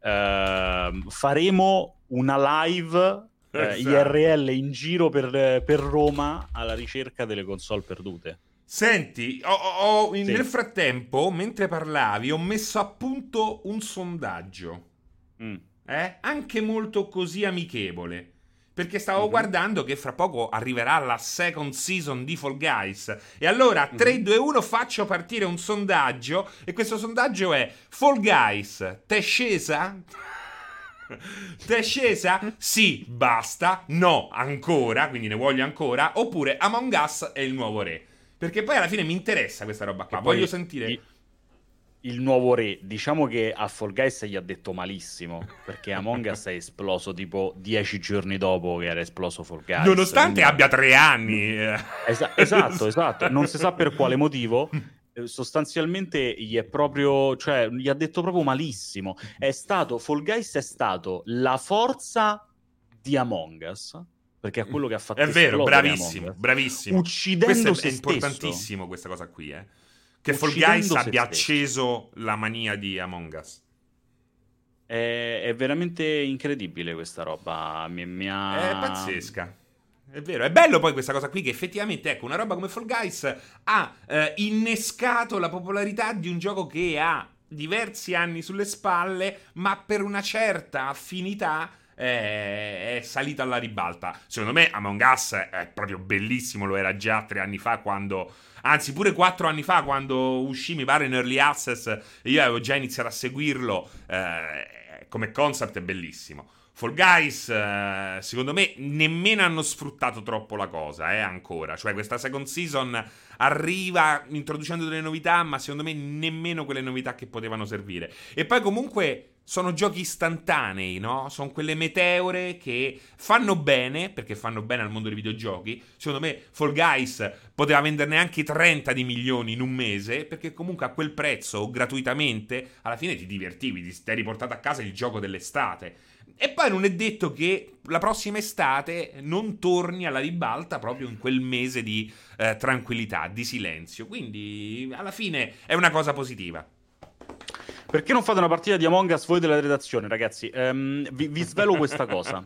faremo una live IRL in giro per Roma alla ricerca delle console perdute. Senti, nel frattempo, mentre parlavi, ho messo a punto un sondaggio, anche molto così amichevole, perché stavo guardando che fra poco arriverà la second season di Fall Guys, e allora 3, 2, 1 faccio partire un sondaggio, e questo sondaggio è: Fall Guys, t'è scesa? T'è scesa? Sì, basta. No, ancora, quindi ne voglio ancora. Oppure Among Us è il nuovo re. Perché poi alla fine mi interessa questa roba qua. Voglio sentire il nuovo re. Diciamo che a Fall Guys gli ha detto malissimo, perché Among Us è esploso tipo 10 giorni dopo che era esploso Fall Guys, nonostante abbia 3 anni. Esatto. Non si sa per quale motivo. Sostanzialmente gli è proprio, cioè gli ha detto proprio malissimo. Fall Guys è stato la forza di Among Us, perché è quello che ha fatto è vero, bravissimo, uccidendo questo è importantissimo, questa cosa qui, che Fall Guys abbia acceso la mania di Among Us. È veramente incredibile questa roba, è pazzesca. È vero, è bello poi questa cosa qui, che effettivamente, ecco, una roba come Fall Guys ha innescato la popolarità di un gioco che ha diversi anni sulle spalle, ma per una certa affinità è salito alla ribalta. Secondo me Among Us è proprio bellissimo, lo era già 3 anni fa, quando, anzi pure 4 anni fa, quando uscì, mi pare, in Early Access, e io avevo già iniziato a seguirlo. Come concept è bellissimo. Fall Guys, secondo me, nemmeno hanno sfruttato troppo la cosa, ancora. Cioè, questa second season arriva introducendo delle novità, ma secondo me nemmeno quelle novità che potevano servire. E poi comunque sono giochi istantanei, no? Sono quelle meteore che fanno bene, perché fanno bene al mondo dei videogiochi. Secondo me Fall Guys poteva venderne anche 30 di milioni in un mese, perché comunque a quel prezzo o gratuitamente alla fine ti divertivi, ti hai riportato a casa il gioco dell'estate. E poi non è detto che la prossima estate non torni alla ribalta proprio in quel mese di tranquillità, di silenzio. Quindi alla fine è una cosa positiva. Perché non fate una partita di Among Us voi della redazione, ragazzi? Vi svelo questa cosa.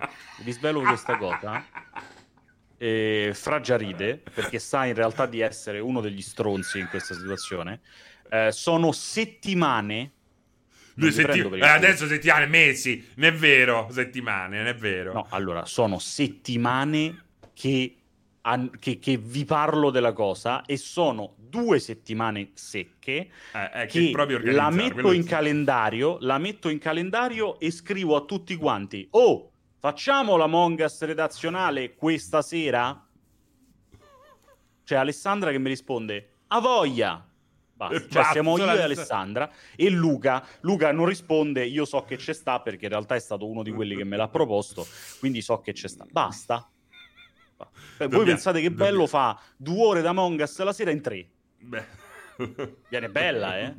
Fra già ride, perché sa in realtà di essere uno degli stronzi in questa situazione. Sono settimane. Adesso settimane, mesi, non è vero, settimane, non è vero. No, allora, sono settimane che vi parlo della cosa, e sono 2 settimane secche che la metto in calendario e scrivo a tutti quanti: oh, facciamo l'Among Us redazionale questa sera? C'è Alessandra che mi risponde: a voglia! Basta. Cioè, siamo io e Alessandra e Luca non risponde. Io so che c'è sta, perché in realtà è stato uno di quelli che me l'ha proposto, quindi so che c'è sta. Basta. Voi pensate che bello fa 2 ore da Among Us la sera in 3? Viene bella,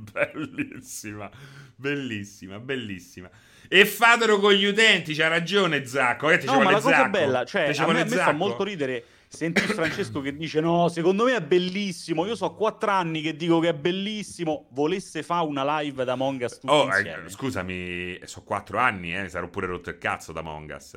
bellissima. E fatelo con gli utenti, c'ha ragione Zacco. No, ma la cosa è bella, cioè a me fa molto ridere sentire Francesco che dice: no, secondo me è bellissimo, io so 4 anni che dico che è bellissimo. Volesse fare una live da Among Us tutti insieme. Scusami, so 4 anni, mi sarò pure rotto il cazzo da Among Us.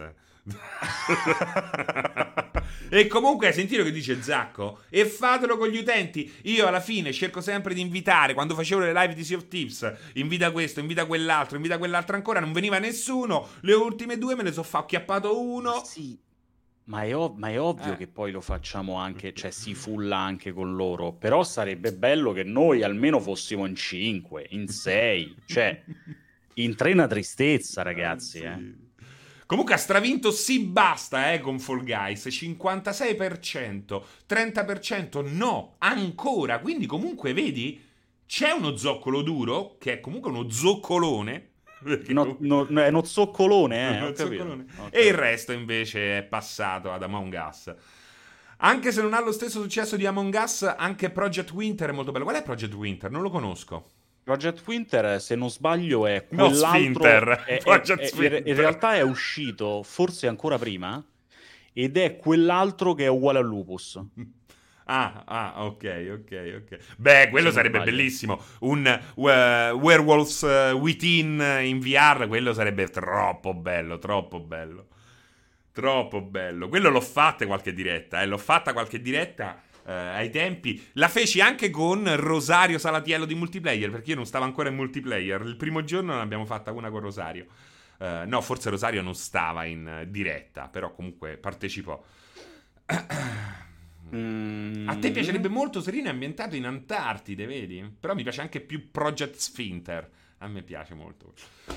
E comunque sentite che dice Zacco: e fatelo con gli utenti. Io alla fine cerco sempre di invitare, quando facevo le live di Sea of Thieves, invita questo, invita quell'altro ancora, non veniva nessuno. Le ultime 2 me ne sono acchiappato uno. Sì, ma è ovvio che poi lo facciamo anche, cioè si fulla anche con loro. Però sarebbe bello che noi almeno fossimo in 5, in 6, cioè in 3 una tristezza, ragazzi. Sì. Comunque ha stravinto sì basta con Fall Guys, 56%, 30% no, ancora. Quindi comunque vedi, c'è uno zoccolo duro, che è comunque uno zoccolone, È uno zoccolone, Uno ho capito. zoccolone. E il resto invece è passato ad Among Us. Anche se non ha lo stesso successo di Among Us, anche Project Winter è molto bello. Qual è Project Winter? Non lo conosco. Project Winter, se non sbaglio, è No, quell'altro. Sphinter. Project Sphinter. In realtà è uscito forse ancora prima. Ed è quell'altro che è uguale a Lupus. Ok. Beh, quello Se non sarebbe sbaglio. bellissimo. Un Werewolves Within in VR, quello sarebbe troppo bello, troppo bello. Troppo bello. Quello l'ho fatta qualche diretta, l'ho fatta qualche diretta ai tempi. La feci anche con Rosario Salatiello di multiplayer, perché io non stavo ancora in multiplayer. Il primo giorno ne abbiamo fatta una con Rosario. No, forse Rosario non stava in diretta, però comunque partecipò. A te piacerebbe molto Serino, è ambientato in Antartide, vedi? Però mi piace anche più Project Sphinter. A me piace molto.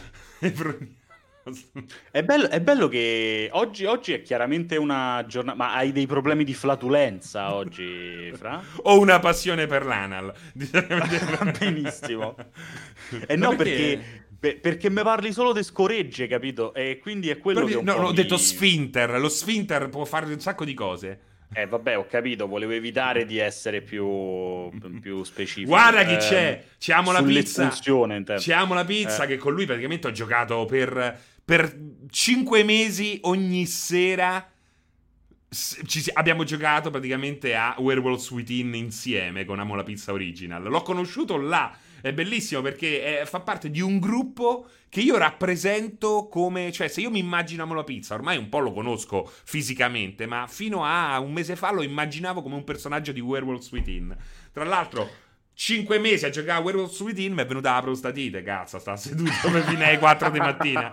È bello che oggi è chiaramente una giornata. Ma hai dei problemi di flatulenza oggi, Fra? Ho una passione per l'anal. Benissimo. Ma No, perché mi parli solo di scoregge, capito? E quindi è quello che un No, po' ho mi... detto Sphinter. Lo Sphinter può fare un sacco di cose. Vabbè, ho capito, volevo evitare di essere più specifico. Guarda chi c'è. Ci amo la pizza. Sull'espulsione, intendo. Ci amo la pizza. Che con lui praticamente ho giocato per 5 mesi ogni sera. Abbiamo giocato praticamente a Werewolves Within insieme con Amo la Pizza Original. L'ho conosciuto là. È bellissimo perché fa parte di un gruppo che io rappresento come... Cioè, se io mi immagino Amo la Pizza, ormai un po' lo conosco fisicamente, ma fino a un mese fa lo immaginavo come un personaggio di Werewolves Within. Tra l'altro, 5 mesi a giocare a Werewolves Within mi è venuta la prostatite, cazzo, sta seduto fino alle 4 di mattina.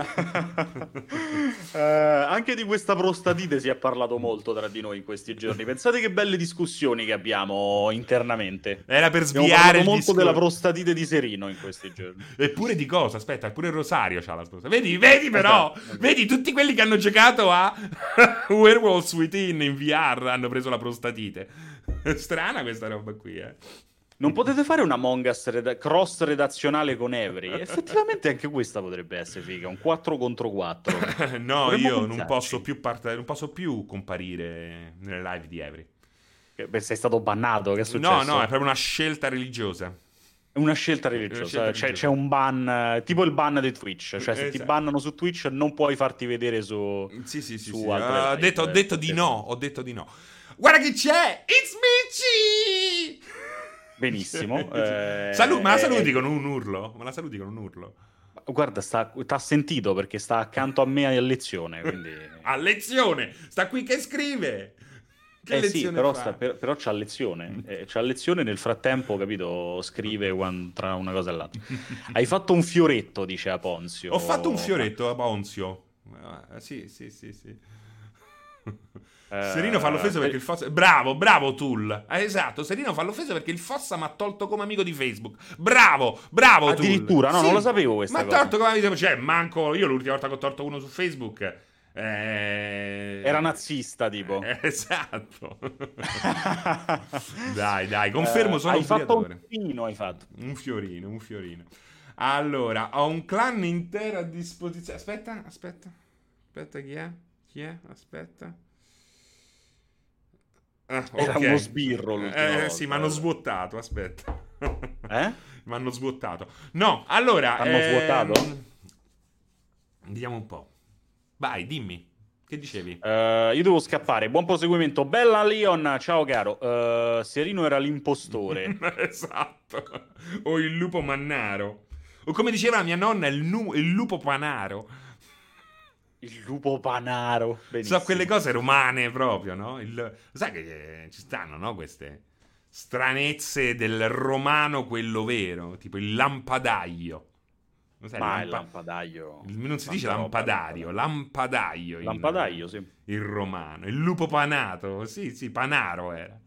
Anche di questa prostatite si è parlato molto tra di noi in questi giorni. Pensate che belle discussioni che abbiamo internamente. Era per Abbiamo sviare parlato il molto discorso. della prostatite di Serino in questi giorni. Eppure di cosa? Aspetta, pure Rosario c'ha la sposa. Vedi però, Esatto. vedi tutti quelli che hanno giocato a Werewolves Within in VR hanno preso la prostatite. Strana questa roba qui, Non potete fare una Among Us cross redazionale con Evry? Effettivamente anche questa potrebbe essere figa, un 4 contro 4. No, Dovremmo io non pensarci. posso più non posso più comparire nelle live di Evry. Sei stato bannato, che è successo? No, è proprio una scelta religiosa. Una scelta religiosa. Una scelta religiosa. C'è un ban, tipo il ban di Twitch. Cioè, se ti Esatto. bannano su Twitch, non puoi farti vedere su. Sì. su altre live. Ho detto di no. Ho detto di no. Guarda chi c'è! It's Michi! Benissimo. Ma la saluti con un urlo? Ma la saluti con un urlo? Guarda, t'ha sentito perché sta accanto a me a lezione. Quindi... A lezione! Sta qui che scrive! Che sì, lezione però, fa? però c'ha lezione. C'ha lezione nel frattempo, capito? Scrive tra una cosa e l'altra. Hai fatto un fioretto, dice Aponzio. Ho fatto un fioretto a Ponzio. Sì. Serino fa l'offesa perché il Fossa... Bravo Tool. Esatto, Serino fa l'offesa perché il Fossa mi ha tolto come amico di Facebook. Bravo Tool. Addirittura, no, Sì, non lo sapevo questa cosa. Ma ha tolto come amico, cioè manco io l'ultima volta che ho tolto uno su Facebook era nazista, tipo. Esatto. Dai, confermo, sono hai un fatto creatore. un fiorino, hai fatto. Un fiorino. Allora, ho un clan intero a disposizione. Aspetta, chi è? Aspetta. Era uno sbirro l'ultima volta. Sì, mi hanno svuotato, aspetta. Mi hanno svuotato. No, allora... Hanno svuotato? Vediamo un po'. Vai, dimmi. Che dicevi? Io devo scappare. Buon proseguimento. Bella Leon, ciao caro. Serino era l'impostore. Esatto. O il lupo mannaro. O come diceva la mia nonna, il lupo panaro. Il lupo panaro. Benissimo. So quelle cose romane proprio, no? Sai che ci stanno, no? Queste stranezze del romano, quello vero. Tipo il lampadaio. Ma il lampadaio. Non si dice lampadario, lampadaio. Lampadaio, sì. Il romano. Il lupo panato. Sì, panaro era.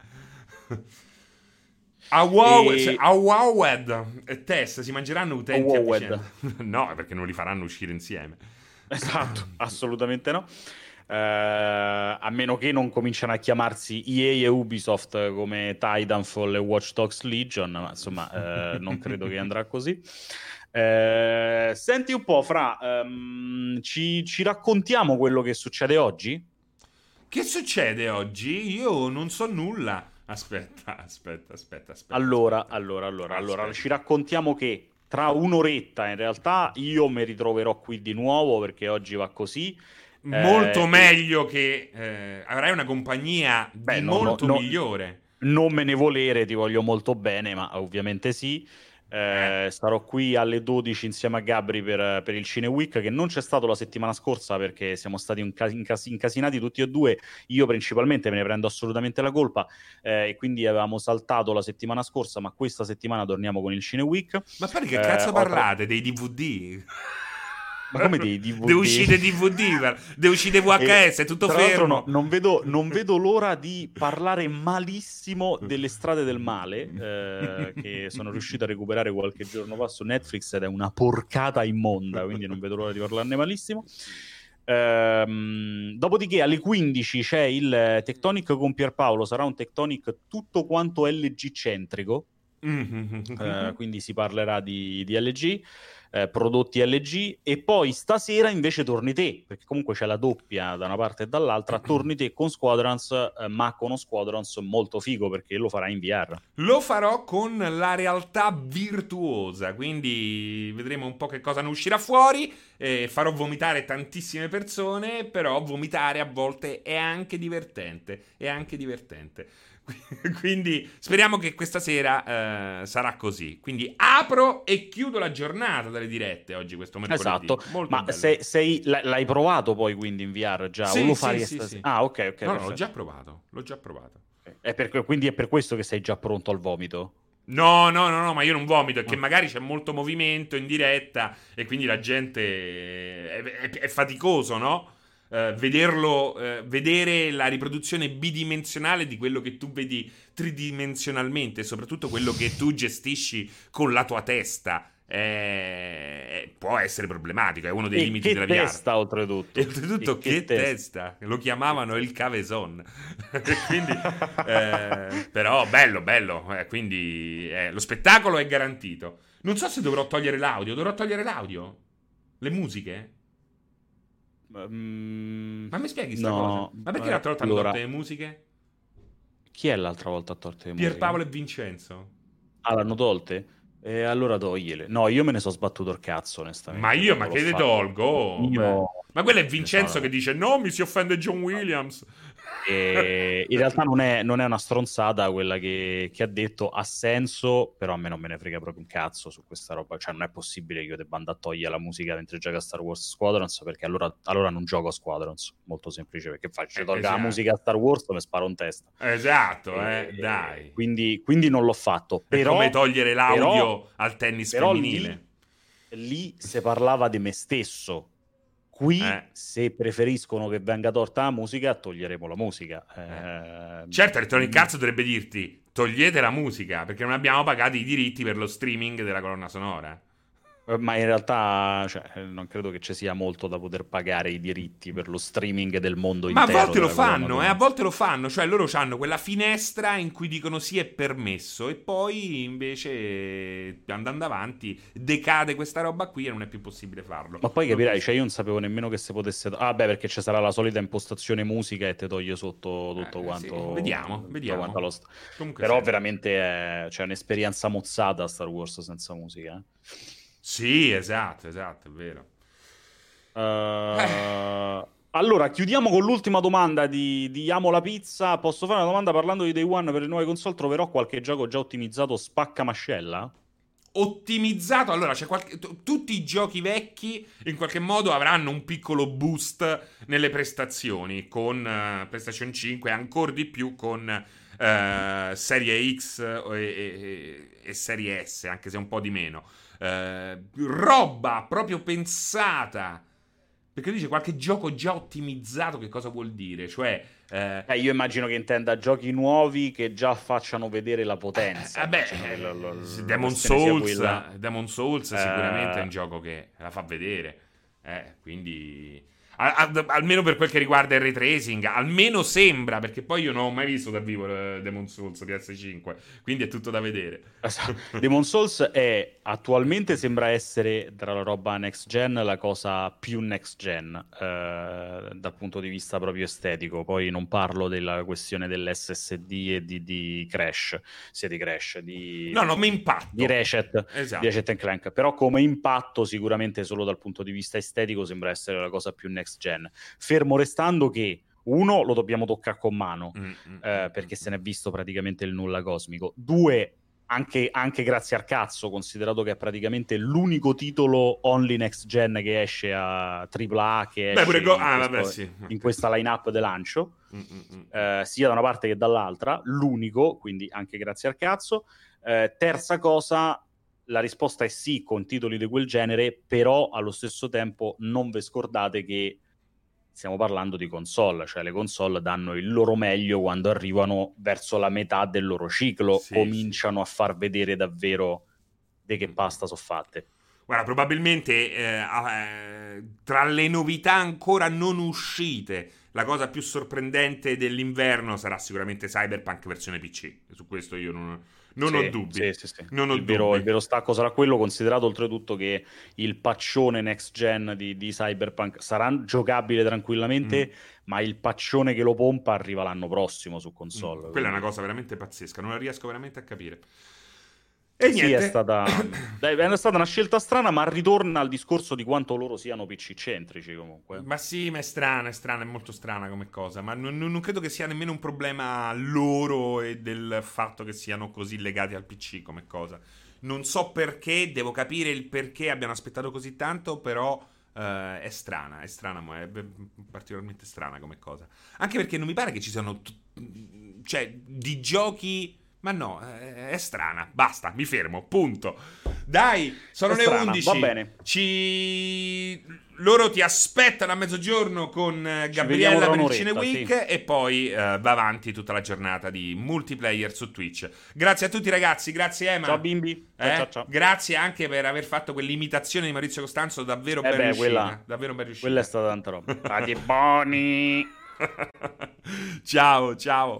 Awowed e Tess si mangeranno utenti a vicenda. No, perché non li faranno uscire insieme. Esatto, assolutamente no. A meno che non cominciano a chiamarsi EA e Ubisoft come Titanfall e Watch Dogs Legion, ma insomma non credo che andrà così. Senti un po', Fra, ci raccontiamo quello che succede oggi? Che succede oggi? Io non so nulla. Aspetta. Allora, Aspetta. ci raccontiamo che tra un'oretta in realtà io mi ritroverò qui di nuovo perché oggi va così. Molto E meglio che avrai una compagnia beh, di molto migliore. non me ne volere, ti voglio molto bene, ma ovviamente sì. Eh. Starò qui alle 12 insieme a Gabri per il Cine Week, che non c'è stato la settimana scorsa perché siamo stati incasinati tutti e due. Io principalmente me ne prendo assolutamente la colpa, e quindi avevamo saltato la settimana scorsa, ma questa settimana torniamo con il Cine Week. Ma poi che cazzo Ho tra- parlate? Dei DVD? Ma come dei Devo DVD? uscire DVD, devo uscire E VHS, è tutto tra l'altro fermo. non vedo l'ora di parlare malissimo delle strade del male, che sono riuscito a recuperare qualche giorno fa su Netflix ed è una porcata immonda, quindi non vedo l'ora di parlarne malissimo. Dopodiché alle 15 c'è il Tectonic con Pierpaolo, sarà un Tectonic tutto quanto LG centrico. Quindi si parlerà di LG, prodotti LG, e poi stasera invece torni te, perché comunque c'è la doppia da una parte e dall'altra, torni te con Squadrons, ma con uno Squadrons molto figo perché lo farai in VR. Lo farò con la realtà virtuosa, quindi vedremo un po' che cosa ne uscirà fuori. Farò vomitare tantissime persone, però vomitare a volte è anche divertente. È anche divertente. Quindi speriamo che questa sera sarà così. Quindi apro e chiudo la giornata dalle dirette oggi, questo mercoledì. Esatto, Molto ma bello. l'hai provato poi quindi in VR già? O Sì, lo sì, fai sì, sì. stasera? Ah, ok, No, no, perfetto. l'ho già provato. L'ho già provato. Quindi è per questo che sei già pronto al vomito? No, ma io non vomito, è che Ah. magari c'è molto movimento in diretta e quindi la gente è faticoso, no? Vedere la riproduzione bidimensionale di quello che tu vedi tridimensionalmente, soprattutto quello che tu gestisci con la tua testa. Può essere problematico, è uno dei E limiti della che VR. testa oltretutto. E oltretutto, che testa! Lo chiamavano il Caveson. Quindi, però, bello. Quindi, lo spettacolo è garantito. Non so se dovrò togliere l'audio. Dovrò togliere l'audio? Le musiche? Ma mi spieghi sta cosa? No, Ma perché l'altra volta hanno allora, tolto le musiche? chi è l'altra volta a tolte le musiche? Pierpaolo e Vincenzo. Ah, l'hanno tolte? E allora togliele. No, io me ne sono sbattuto il cazzo, onestamente, Ma quando l'ho che le fatto. tolgo? Oh, Io ma quello è ne Vincenzo sono... che dice: no, mi si offende John Williams. E in realtà non è una stronzata quella che ha detto, ha senso, però a me non me ne frega proprio un cazzo su questa roba. Cioè, non è possibile che io debba andare a togliere la musica mentre gioco a Star Wars Squadrons, perché allora non gioco a Squadrons. Molto semplice, perché faccio? Tolgo la Esatto. musica a Star Wars e mi sparo in testa. Esatto, dai. Quindi non l'ho fatto. È come togliere l'audio al tennis però femminile. lì si parlava di me stesso. Qui, se preferiscono che venga tolta la musica, toglieremo la musica. Certo, Electronic Arts dovrebbe dirti: togliete la musica, perché non abbiamo pagato i diritti per lo streaming della colonna sonora. Ma in realtà, cioè, non credo che ci sia molto da poter pagare i diritti per lo streaming del mondo Ma a intero. volte lo della colonna fanno, sonora. a volte lo fanno. Cioè, loro hanno quella finestra in cui dicono sì, è permesso, e poi invece, andando avanti, decade questa roba qui e non è più possibile farlo. Ma poi capirai, cioè io non sapevo nemmeno che si potesse... Ah, beh, perché ci sarà la solita impostazione musica e te toglie sotto tutto quanto... Sì, vediamo. tutto quanto Comunque però sì. veramente è un'esperienza mozzata Star Wars senza musica. Sì, esatto, è vero. Allora, chiudiamo con l'ultima domanda di Amo la Pizza. Posso fare una domanda parlando di Day One per le nuove console? Troverò qualche gioco già ottimizzato spacca mascella? Ottimizzato, allora tutti i giochi vecchi in qualche modo avranno un piccolo boost nelle prestazioni con PlayStation 5 e ancora di più con Serie X e Serie S, anche se un po' di meno. Roba proprio pensata, perché dice qualche gioco già ottimizzato. Che cosa vuol dire? Cioè Io immagino che intenda giochi nuovi che già facciano vedere la potenza. Demon Souls sicuramente è un gioco che la fa vedere. Quindi almeno per quel che riguarda il ray tracing, almeno sembra, perché poi io non ho mai visto dal vivo Demon Souls PS5, quindi è tutto da vedere. Demon Souls attualmente sembra essere, tra la roba next gen, la cosa più next gen dal punto di vista proprio estetico. Poi non parlo della questione dell'SSD e di Crash, sia di Crash, no, come impatto di Ratchet, esatto. di Ratchet Clank, però come impatto sicuramente solo dal punto di vista estetico sembra essere la cosa più next gen, fermo restando che uno, lo dobbiamo toccare con mano perché se n'è visto praticamente il nulla cosmico. Due, anche grazie al cazzo, considerato che è praticamente l'unico titolo only next gen che esce a AAA, che esce in questa line-up di lancio, sia da una parte che dall'altra, l'unico, quindi anche grazie al cazzo. Terza cosa, la risposta è sì, con titoli di quel genere, però allo stesso tempo non vi scordate che stiamo parlando di console, cioè le console danno il loro meglio quando arrivano verso la metà del loro ciclo, cominciano a far vedere davvero di che pasta sono fatte. Guarda, probabilmente tra le novità ancora non uscite, la cosa più sorprendente dell'inverno sarà sicuramente Cyberpunk versione PC. Su questo io non ho dubbi. Sì. Non ho il vero stacco sarà quello, considerato oltretutto che il patchone next gen di Cyberpunk sarà giocabile tranquillamente, ma il patchone che lo pompa arriva l'anno prossimo su console. Quella è una cosa veramente pazzesca, non la riesco veramente a capire. E sì, è stata una scelta strana, ma ritorna al discorso di quanto loro siano PC-centrici comunque. Ma sì, ma è strana, è molto strana come cosa, ma non credo che sia nemmeno un problema loro e del fatto che siano così legati al PC come cosa. Non so perché, devo capire il perché abbiano aspettato così tanto, però è strana, è particolarmente strana come cosa. Anche perché non mi pare che ci siano, cioè, di giochi... Ma no, è strana. Basta, mi fermo, punto. Dai, sono le 11. Va bene. Loro ti aspettano a mezzogiorno con Gabriella per il Cine Week, e poi va avanti tutta la giornata di multiplayer su Twitch. Grazie a tutti ragazzi, grazie Ema. Ciao bimbi. Ciao. Grazie anche per aver fatto quell'imitazione di Maurizio Costanzo, davvero ben riuscita. Davvero ben riuscita. Quella è stata tanta roba. Fate buoni. Ciao.